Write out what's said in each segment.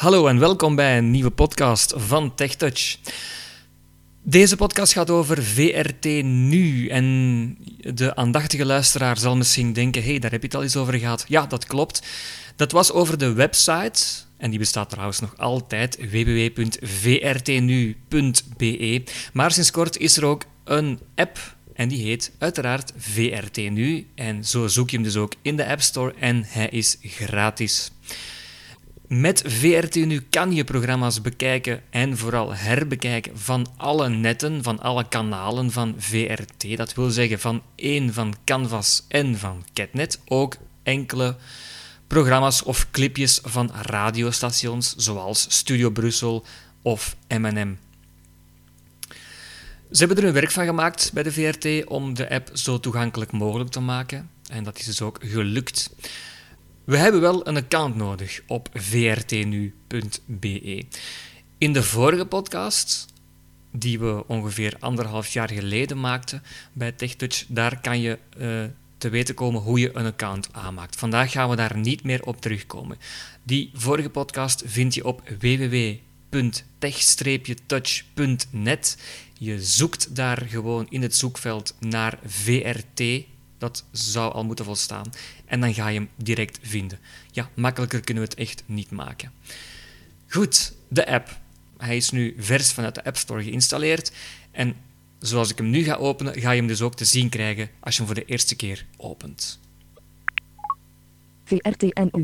Hallo en welkom bij een nieuwe podcast van TechTouch. Deze podcast gaat over VRT Nu en de aandachtige luisteraar zal misschien denken, hey, daar heb je het al eens over gehad. Ja, dat klopt. Dat was over de website, en die bestaat trouwens nog altijd, www.vrtnu.be. Maar sinds kort is er ook een app en die heet uiteraard VRT Nu. En zo zoek je hem dus ook in de App Store en hij is gratis. Met VRT Nu kan je programma's bekijken en vooral herbekijken van alle netten, van alle kanalen van VRT. Dat wil zeggen van Canvas en van Ketnet. Ook enkele programma's of clipjes van radiostations zoals Studio Brussel of M&M. Ze hebben er hun werk van gemaakt bij de VRT om de app zo toegankelijk mogelijk te maken. En dat is dus ook gelukt. We hebben wel een account nodig op vrtnu.be. In de vorige podcast, die we ongeveer 1,5 jaar geleden maakten bij TechTouch, daar kan je te weten komen hoe je een account aanmaakt. Vandaag gaan we daar niet meer op terugkomen. Die vorige podcast vind je op www.tech-touch.net. Je zoekt daar gewoon in het zoekveld naar VRT. Dat zou al moeten volstaan. En dan ga je hem direct vinden. Ja, makkelijker kunnen we het echt niet maken. Goed, de app. Hij is nu vers vanuit de App Store geïnstalleerd. En zoals ik hem nu ga openen, ga je hem dus ook te zien krijgen als je hem voor de eerste keer opent. VRTNU.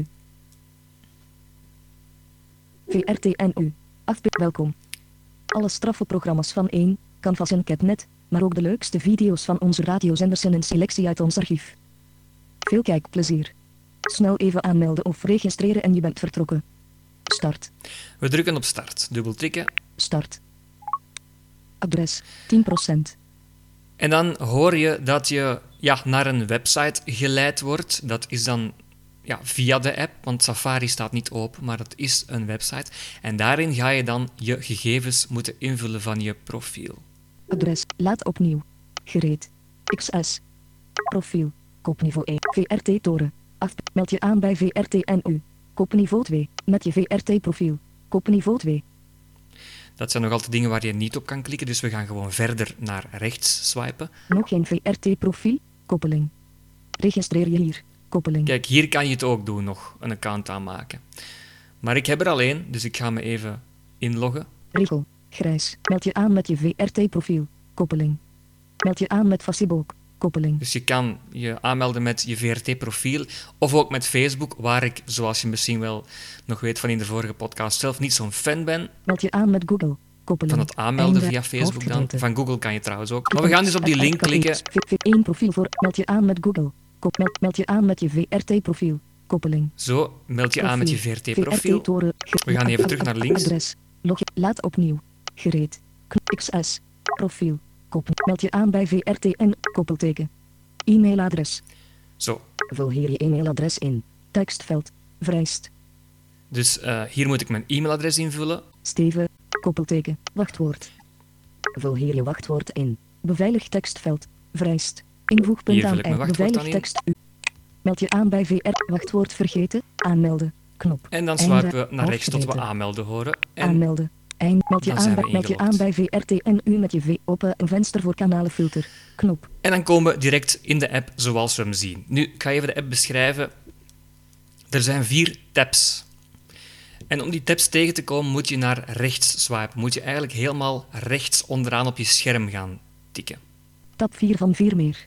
VRTNU. Welkom. Alle straffe programma's van Canvas en Ketnet, maar ook de leukste video's van onze radiozenders en een selectie uit ons archief. Veel kijkplezier. Snel even aanmelden of registreren en je bent vertrokken. Start. We drukken op start. Dubbel tikken. Start. Adres 10%. En dan hoor je dat je naar een website geleid wordt. Dat is dan via de app, want Safari staat niet open, maar dat is een website. En daarin ga je dan je gegevens moeten invullen van je profiel. Adres, laat opnieuw. Gereed. XS. Profiel. Kopniveau 1. VRT Toren. Meld je aan bij VRTNU. Kopniveau 2. Met je VRT-profiel. Kopniveau 2. Dat zijn nog altijd dingen waar je niet op kan klikken, dus we gaan gewoon verder naar rechts swipen. Nog geen VRT-profiel. Koppeling. Registreer je hier. Koppeling. Kijk, hier kan je het ook doen, nog een account aanmaken. Maar ik heb er al één, dus ik ga me even inloggen. Regel. Grijs. Meld je aan met je VRT-profiel. Koppeling. Meld je aan met Facebook. Koppeling. Dus je kan je aanmelden met je VRT-profiel of ook met Facebook, waar ik, zoals je misschien wel nog weet van in de vorige podcast, zelf niet zo'n fan ben. Meld je aan met Google. Koppeling. Van het aanmelden via Facebook dan. Van Google kan je trouwens ook. Maar we gaan dus op die link klikken. V1 profiel voor. Meld je aan met Google. Meld je aan met je VRT-profiel. Koppeling. Zo, meld je aan met je VRT-profiel. We gaan even terug naar links. Adres. Laat opnieuw. Gereed. XS. Profiel. Meld je aan bij VRTN. Koppelteken. E-mailadres. Zo. Vul hier je e-mailadres in. Tekstveld. Vereist. Dus hier moet ik mijn e-mailadres invullen. Steven. Koppelteken. Wachtwoord. Vul hier je wachtwoord in. Beveiligd tekstveld. Vereist. Invoegpunt aan en beveiligd tekst. Meld je aan bij VR. Wachtwoord vergeten. Aanmelden. Knop. En dan swipen we naar rechts tot we aanmelden horen. En aanmelden. Meld je aan bij VRTNU met je open een venster voor kanalenfilter. Knop. En dan komen we direct in de app zoals we hem zien. Nu, ik ga even de app beschrijven. Er zijn 4 tabs. En om die tabs tegen te komen moet je naar rechts swipen. Moet je eigenlijk helemaal rechts onderaan op je scherm gaan tikken. Tab 4 van 4 meer.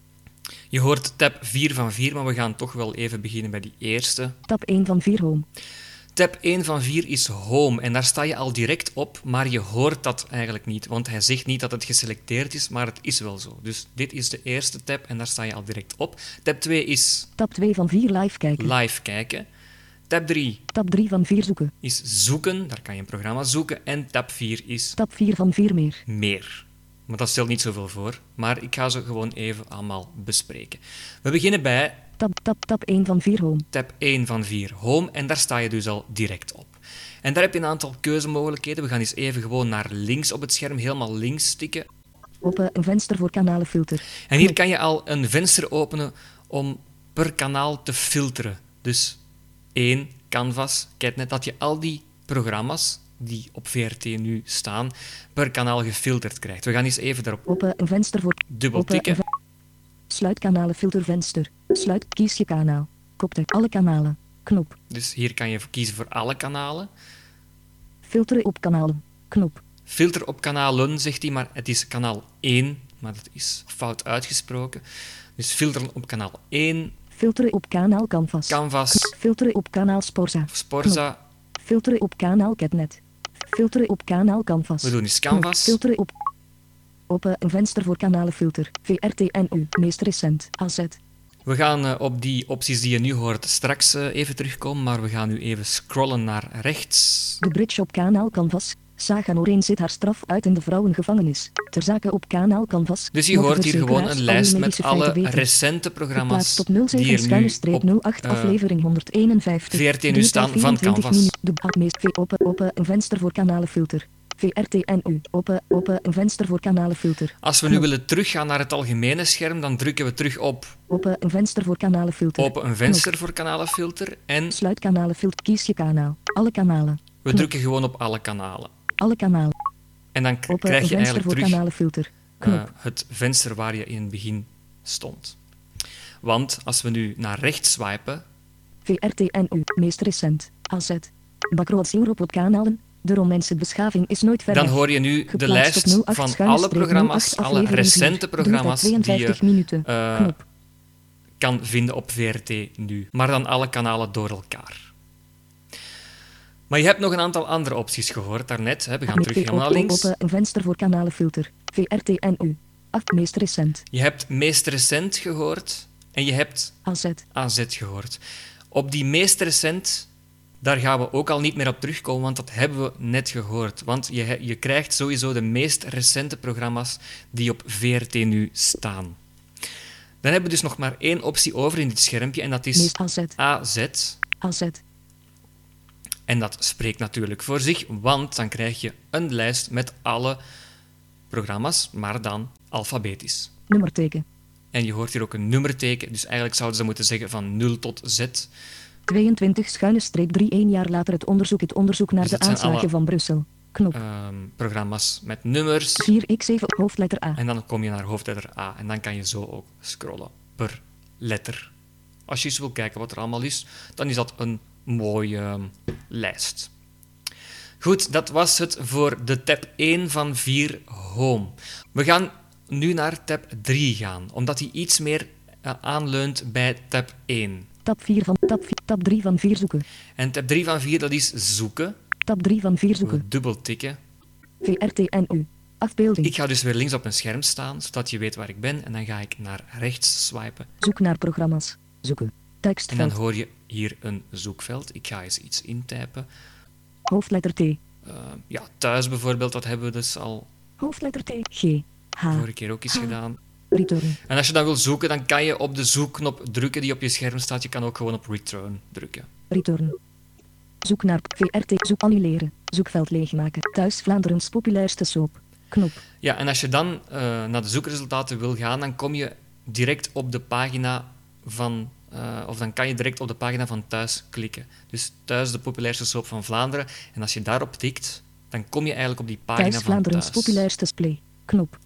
Je hoort tab 4 van 4, maar we gaan toch wel even beginnen bij die eerste. Tab 1 van 4 home. Tab 1 van 4 is Home en daar sta je al direct op, maar je hoort dat eigenlijk niet, want hij zegt niet dat het geselecteerd is, maar het is wel zo. Dus dit is de eerste tab en daar sta je al direct op. Tab 2 is... Tab 2 van 4 live kijken. Live kijken. Tab 3... Tab 3 van 4 zoeken. Is zoeken, daar kan je een programma zoeken. En tab 4 is... Tab 4 van 4 meer. Meer. Maar dat stelt niet zoveel voor, maar ik ga ze gewoon even allemaal bespreken. We beginnen bij... Tab 1 van 4 home. Tab 1 van 4 home en daar sta je dus al direct op. En daar heb je een aantal keuzemogelijkheden. We gaan eens even gewoon naar links op het scherm, helemaal links tikken. Open een venster voor kanalenfilter. En hier kan je al een venster openen om per kanaal te filteren. Dus 1, Canvas, Ketnet, dat je al die programma's die op VRT nu staan, per kanaal gefilterd krijgt. We gaan eens even daarop Open een venster voor. dubbel Open tikken. Sluit kanalen filtervenster. Sluit. Kies je kanaal. Koptek. Alle kanalen. Knop. Dus hier kan je kiezen voor alle kanalen. Filteren op kanalen. Knop. Filter op kanalen, zegt hij, maar het is kanaal 1, maar dat is fout uitgesproken. Dus filteren op kanaal 1, Filteren op kanaal Canvas. Canvas, Filteren op kanaal Sporza. Sporza. Filteren op kanaal Catnet. Filteren op kanaal Canvas. We doen eens Knop. Canvas. Filteren op. Open een venster voor kanalenfilter. VRT-NU. Meest recent. AZ. We gaan op die opties die je nu hoort straks even terugkomen, maar we gaan nu even scrollen naar rechts. De bridge op kanaal Canvas. Saga Noreen zit haar straf uit in de vrouwengevangenis. Ter zake op kanaal Canvas. Dus je hoort hier gewoon een lijst met alle recente programma's Geplaatst op die er nu 07-08 op aflevering 151. VRT nu staan van 24 Canvas. minuten. De meest open een venster voor kanalenfilter. VRT-NU. Open een venster voor kanalenfilter. Als we nu willen teruggaan naar het algemene scherm, dan drukken we terug op Open een venster voor kanalenfilter. open een venster voor kanalenfilter en Sluit kanalenfilter. Kies je kanaal. Alle kanalen. we drukken gewoon op alle kanalen. Alle kanalen. En dan Open krijg een je venster eigenlijk voor terug kanalenfilter. Knop. het venster waar je in het begin stond. Want als we nu naar rechts swipen, VRT-NU. Meest recent. AZ. Bakrood Europe op kanalen. De Romeinse beschaving is nooit verder. dan hoor je nu de Geplaatst lijst op 08 van schuine alle streep programma's, 08 alle aflevering recente 4. programma's die 52 je minuten. Knop. kan vinden op VRT nu. Maar dan alle kanalen door elkaar. Maar je hebt nog een aantal andere opties gehoord daarnet. Hè. We gaan terug helemaal naar links. Open een venster voor kanalenfilter. VRT-NU. 8 meest recent. Je hebt meest recent gehoord en je hebt AZ. AZ gehoord. Op die meest recent, daar gaan we ook al niet meer op terugkomen, want dat hebben we net gehoord. Want je krijgt sowieso de meest recente programma's die op VRT nu staan. Dan hebben we dus nog maar één optie over in dit schermpje en dat is Meest AZ. AZ. AZ. En dat spreekt natuurlijk voor zich, want dan krijg je een lijst met alle programma's, maar dan alfabetisch. Nummerteken. En je hoort hier ook een nummerteken, dus eigenlijk zouden ze moeten zeggen van 0 tot Z. 22-3 1 jaar later het onderzoek naar Dus de dat zijn aanslagen alle- van Brussel. Knop. Programma's met nummers. 4x7 hoofdletter A. En dan kom je naar hoofdletter A. En dan kan je zo ook scrollen per letter. Als je eens wil kijken wat er allemaal is, dan is dat een mooie lijst. Goed, dat was het voor de tab 1 van 4 Home. We gaan nu naar tab 3 gaan, omdat die iets meer aanleunt bij tab 1. Tab 3 van 4 zoeken. En tab 3 van 4, dat is zoeken. Tab 3 van 4 We zoeken. dubbel tikken. VRT-NU. Afbeelding. Ik ga dus weer links op mijn scherm staan, zodat je weet waar ik ben. En dan ga ik naar rechts swipen. Zoek naar programma's. Zoeken. En dan Tekstveld. hoor je hier een zoekveld. Ik ga eens iets intypen. Hoofdletter T. Ja, thuis bijvoorbeeld, dat hebben we dus al Hoofdletter T. G. H. vorige keer ook eens gedaan. Return. En als je dan wil zoeken, dan kan je op de zoekknop drukken die op je scherm staat. Je kan ook gewoon op return drukken. Return. Zoek naar VRT. Zoek annuleren. Zoekveld leegmaken. Thuis Vlaanderens populairste soap. Knop. Ja, en als je dan naar de zoekresultaten wil gaan, dan kom je direct op de pagina van... of dan kan je direct op de pagina van Thuis klikken. Dus Thuis, de populairste soap van Vlaanderen. En als je daarop tikt, dan kom je eigenlijk op die pagina Thuis van Vlaanderens Thuis. populairste play. Knop.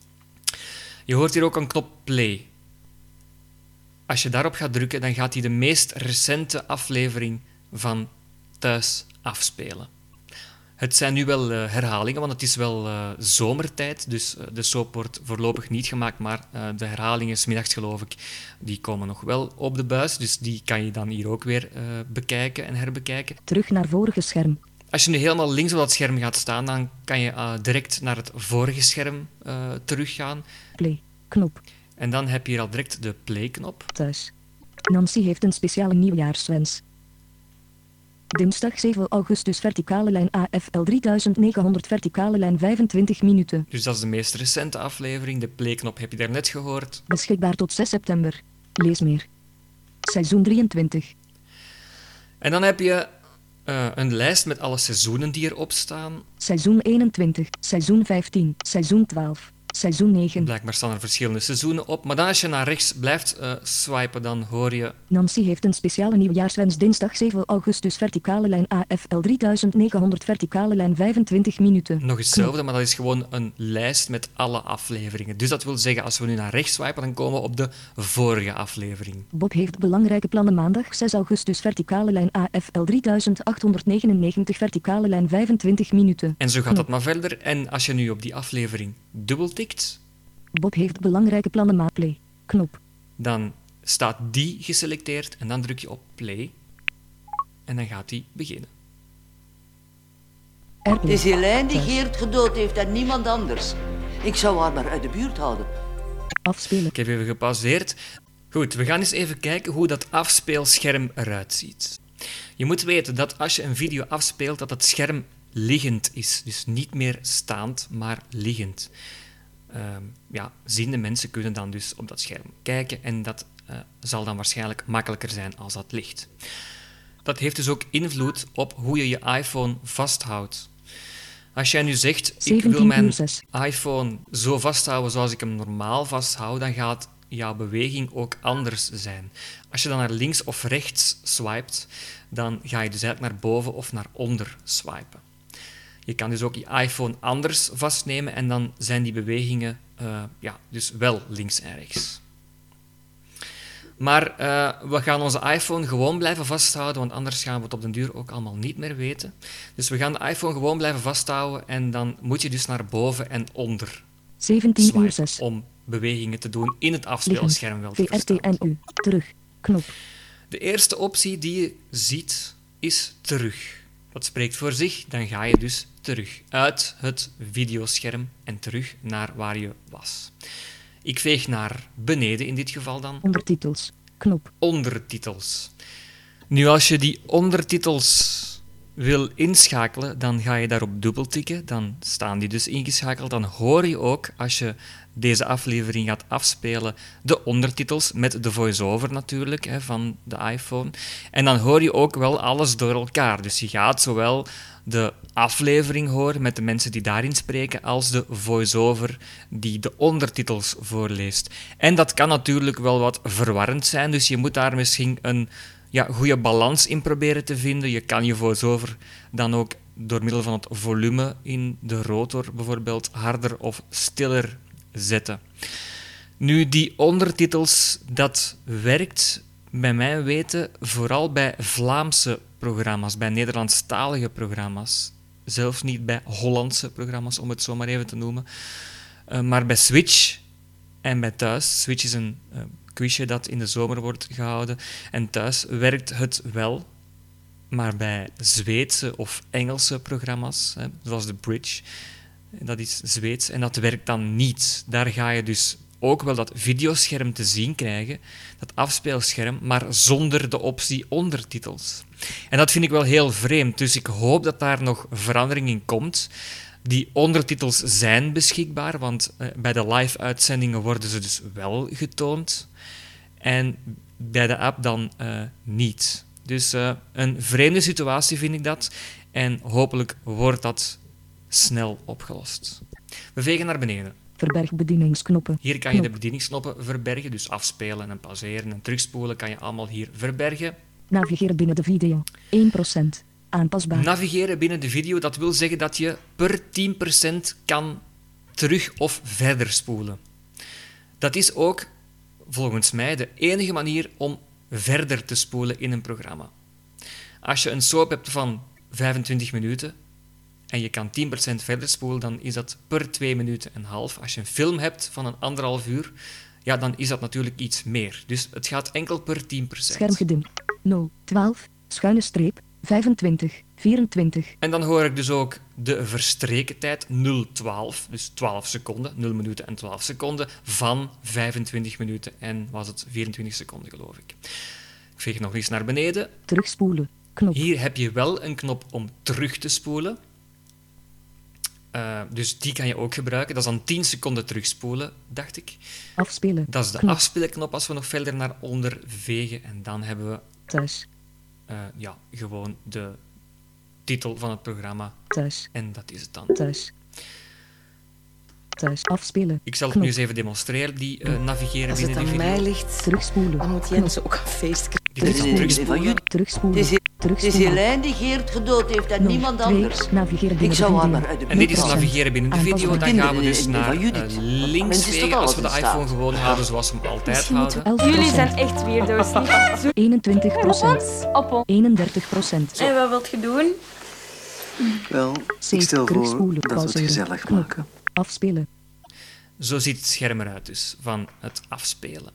Je hoort hier ook een knop play. Als je daarop gaat drukken, dan gaat hij de meest recente aflevering van Thuis afspelen. Het zijn nu wel herhalingen, want het is wel zomertijd, dus de soap wordt voorlopig niet gemaakt, maar de herhalingen, 's middags geloof ik, die komen nog wel op de buis, dus die kan je dan hier ook weer bekijken en herbekijken. Terug naar vorige scherm. Als je nu helemaal links op dat scherm gaat staan, dan kan je direct naar het vorige scherm teruggaan. Play. Knop. En dan heb je hier al direct de play-knop. Thuis. Nancy heeft een speciale nieuwjaarswens. Dinsdag 7 augustus verticale lijn AFL 3900 verticale lijn 25 minuten. Dus dat is de meest recente aflevering. De play-knop heb je daarnet gehoord. Beschikbaar tot 6 september. Lees meer. Seizoen 23. En dan heb je een lijst met alle seizoenen die erop staan. Seizoen 21. Seizoen 15. Seizoen 12. Seizoen 9. Blijkbaar staan er verschillende seizoenen op. Maar dan als je naar rechts blijft swipen, dan hoor je... Nancy heeft een speciale nieuwjaarswens dinsdag 7 augustus verticale lijn AFL 3900 verticale lijn 25 minuten. Nog hetzelfde, maar dat is gewoon een lijst met alle afleveringen. Dus dat wil zeggen, als we nu naar rechts swipen, dan komen we op de vorige aflevering. Bob heeft belangrijke plannen maandag 6 augustus verticale lijn AFL 3899 verticale lijn 25 minuten. En zo gaat dat maar verder. En als je nu op die aflevering dubbeltikt, Bob heeft belangrijke plannen play. Knop. dan staat die geselecteerd en dan druk je op play en dan gaat die beginnen. Het is Helene die Geert gedood heeft en niemand anders. Ik zou haar maar uit de buurt houden. Afspelen. Ik heb even gepauzeerd. Goed, we gaan eens even kijken hoe dat afspeelscherm eruit ziet. Je moet weten dat als je een video afspeelt, dat het scherm liggend is. Dus niet meer staand, maar liggend. Ziende mensen kunnen dan dus op dat scherm kijken en dat zal dan waarschijnlijk makkelijker zijn als dat ligt. Dat heeft dus ook invloed op hoe je je iPhone vasthoudt. Als jij nu zegt, ik wil mijn iPhone zo vasthouden zoals ik hem normaal vasthoud, dan gaat jouw beweging ook anders zijn. Als je dan naar links of rechts swipet, dan ga je dus eigenlijk naar boven of naar onder swipen. Je kan dus ook je iPhone anders vastnemen en dan zijn die bewegingen dus wel links en rechts. Maar we gaan onze iPhone gewoon blijven vasthouden, want anders gaan we het op den duur ook allemaal niet meer weten. Dus we gaan de iPhone gewoon blijven vasthouden en dan moet je dus naar boven en onder 17:06. om bewegingen te doen in het afspeelscherm wel te verstaan. VRTNU. Terug. Knop. De eerste optie die je ziet is terug. Dat spreekt voor zich, dan ga je dus terug uit het videoscherm en terug naar waar je was. Ik veeg naar beneden in dit geval dan. Ondertitels. Knop. Ondertitels. Nu, als je die ondertitels wil inschakelen, dan ga je daarop dubbeltikken. Dan staan die dus ingeschakeld. Dan hoor je ook, als je deze aflevering gaat afspelen, de ondertitels met de voice-over natuurlijk van de iPhone. En dan hoor je ook wel alles door elkaar. Dus je gaat zowel de aflevering horen met de mensen die daarin spreken, als de voice-over die de ondertitels voorleest. En dat kan natuurlijk wel wat verwarrend zijn, dus je moet daar misschien een goede balans in proberen te vinden. Je kan je voice-over dan ook door middel van het volume in de rotor bijvoorbeeld harder of stiller zetten. Nu, die ondertitels, dat werkt bij mijn weten vooral bij Vlaamse programma's, bij Nederlandstalige programma's. Zelfs niet bij Hollandse programma's, om het zo maar even te noemen. Maar bij Switch en bij Thuis. Switch is een quizje dat in de zomer wordt gehouden. En Thuis werkt het wel. Maar bij Zweedse of Engelse programma's, zoals The Bridge, dat is Zweeds, en dat werkt dan niet. Daar ga je dus ook wel dat videoscherm te zien krijgen, dat afspeelscherm, maar zonder de optie ondertitels. En dat vind ik wel heel vreemd, dus ik hoop dat daar nog verandering in komt. Die ondertitels zijn beschikbaar, want bij de live-uitzendingen worden ze dus wel getoond. En bij de app dan niet. Dus een vreemde situatie vind ik dat. En hopelijk wordt dat snel opgelost. We vegen naar beneden. Verberg bedieningsknoppen. Hier kan je de bedieningsknoppen verbergen, dus afspelen en pauzeren en terugspoelen kan je allemaal hier verbergen. Navigeren binnen de video. 1%. Aanpasbaar. Navigeren binnen de video, dat wil zeggen dat je per 10% kan terug of verder spoelen. Dat is ook, volgens mij, de enige manier om verder te spoelen in een programma. Als je een soap hebt van 25 minuten en je kan 10% verder spoelen, dan is dat per 2 minuten en half. Als je een film hebt van een 1,5 uur, dan is dat natuurlijk iets meer. Dus het gaat enkel per 10%. Scherm gedimd. 0, 12, schuine streep, 25, 24. En dan hoor ik dus ook de verstreken tijd 0,12, dus 12 seconden, 0 minuten en 12 seconden, van 25 minuten en was het 24 seconden, geloof ik. Ik veeg nog eens naar beneden. Terugspoelen. Knop. Hier heb je wel een knop om terug te spoelen. Dus die kan je ook gebruiken. Dat is dan 10 seconden terugspoelen, dacht ik. Afspelen. Dat is de knop. afspeelknop als we nog verder naar onder vegen. En dan hebben we Thuis. gewoon de titel van het programma. Thuis. En dat is het dan. Thuis. Thuis. Afspelen. Ik zal het Knop. nu eens even demonstreren, die navigeren Als het binnen de aan video. mij ligt, Terugspoelen. dan moet Jens ook een feest krijgen. Dit is dan Nee, terugspoelen. van jullie. Terugspoelen. Het is Terugspoelen. Helene die Geert gedood heeft en Nog niemand 2. anders. Navigeren binnen Ik zou de haar video. maar uit de En dit is buurt halen. navigeren binnen de Aanpassen video. van Dan gaan we kinderen dus van naar Judith. links Mensen is vegen tot als we de alles in iPhone staat. gewoon houden zoals we hem altijd Misschien moeten houden. we 11%. Jullie zijn echt weirdo's, niet? Zo 21%. op ons. 31%. En wat wilt je doen? Wel, C. ik stel voor Terugspoelen. dat we het Pauzeren. gezellig Knop. maken. Afspelen. Zo ziet het scherm eruit dus, van het afspelen.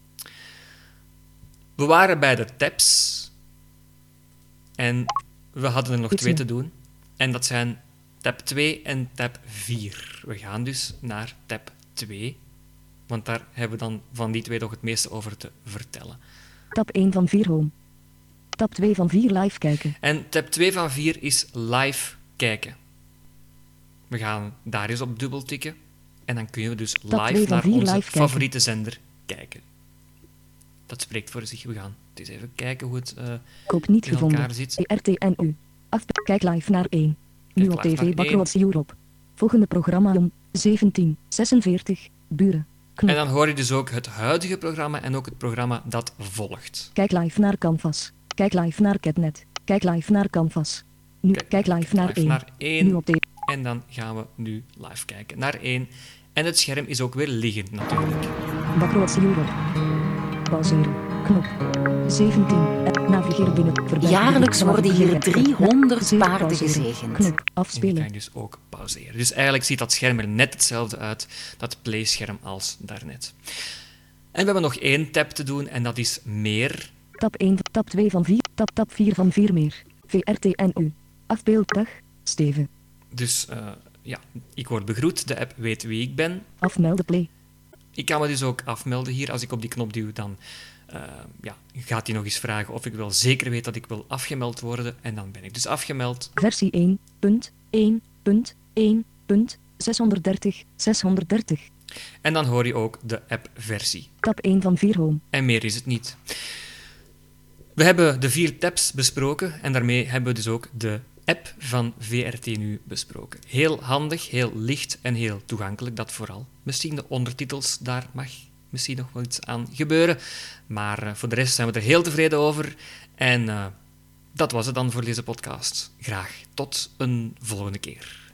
We waren bij de tabs. En we hadden er nog Iets 2 meer. te doen. En dat zijn tab 2 en tab 4. We gaan dus naar tab 2. Want daar hebben we dan van die 2 nog het meeste over te vertellen. Tab 1 van 4 home. Tab 2 van 4 live kijken. En tab 2 van 4 is live kijken. We gaan daar eens op dubbel tikken. En dan kunnen we dus Tab 2 live van naar 4 onze live kijken. favoriete zender kijken. Dat spreekt voor zich. We gaan eens even kijken hoe het Koop niet in gevonden. elkaar zit. ERTNU. Kijk live naar 1. Nu op live naar TV 1. Backroads Europe. Volgende programma om 17:46. Buren. Knop. En dan hoor je dus ook het huidige programma en ook het programma dat volgt. Kijk live naar Canvas. Kijk live naar Catnet. Kijk live naar Canvas. Nu kijk live naar 1. Naar 1. Nu op TV. En dan gaan we nu live kijken naar 1. En het scherm is ook weer liggend natuurlijk. Backroads Europe. Pauzeren. Knop. 17. Navigeren binnen. Verblijf Jaarlijks binnen. worden hier Navigeren. 300 Zeven paarden pauzeren. gezegend. Knop. En die Afspelen. kan je dus ook pauzeren. Dus eigenlijk ziet dat scherm er net hetzelfde uit, dat playscherm, als daarnet. En we hebben nog 1 tab te doen en dat is meer. Tab 1. Tab 2 van 4. Tab 4 van 4 meer. VRTNU. Afbeelddag. Steven. Dus ja, ik word begroet, de app weet wie ik ben. Afmelden play. Ik kan me dus ook afmelden hier. Als ik op die knop duw, dan gaat hij nog eens vragen of ik wel zeker weet dat ik wil afgemeld worden. En dan ben ik dus afgemeld. Versie 1.1.1.630. En dan hoor je ook de app-versie. Tab 1 van 4 home. En meer is het niet. We hebben de 4 tabs besproken en daarmee hebben we dus ook de app van VRT-NU besproken. Heel handig, heel licht en heel toegankelijk, dat vooral. Misschien de ondertitels, daar mag misschien nog wel iets aan gebeuren. Maar voor de rest zijn we er heel tevreden over. En dat was het dan voor deze podcast. Graag tot een volgende keer.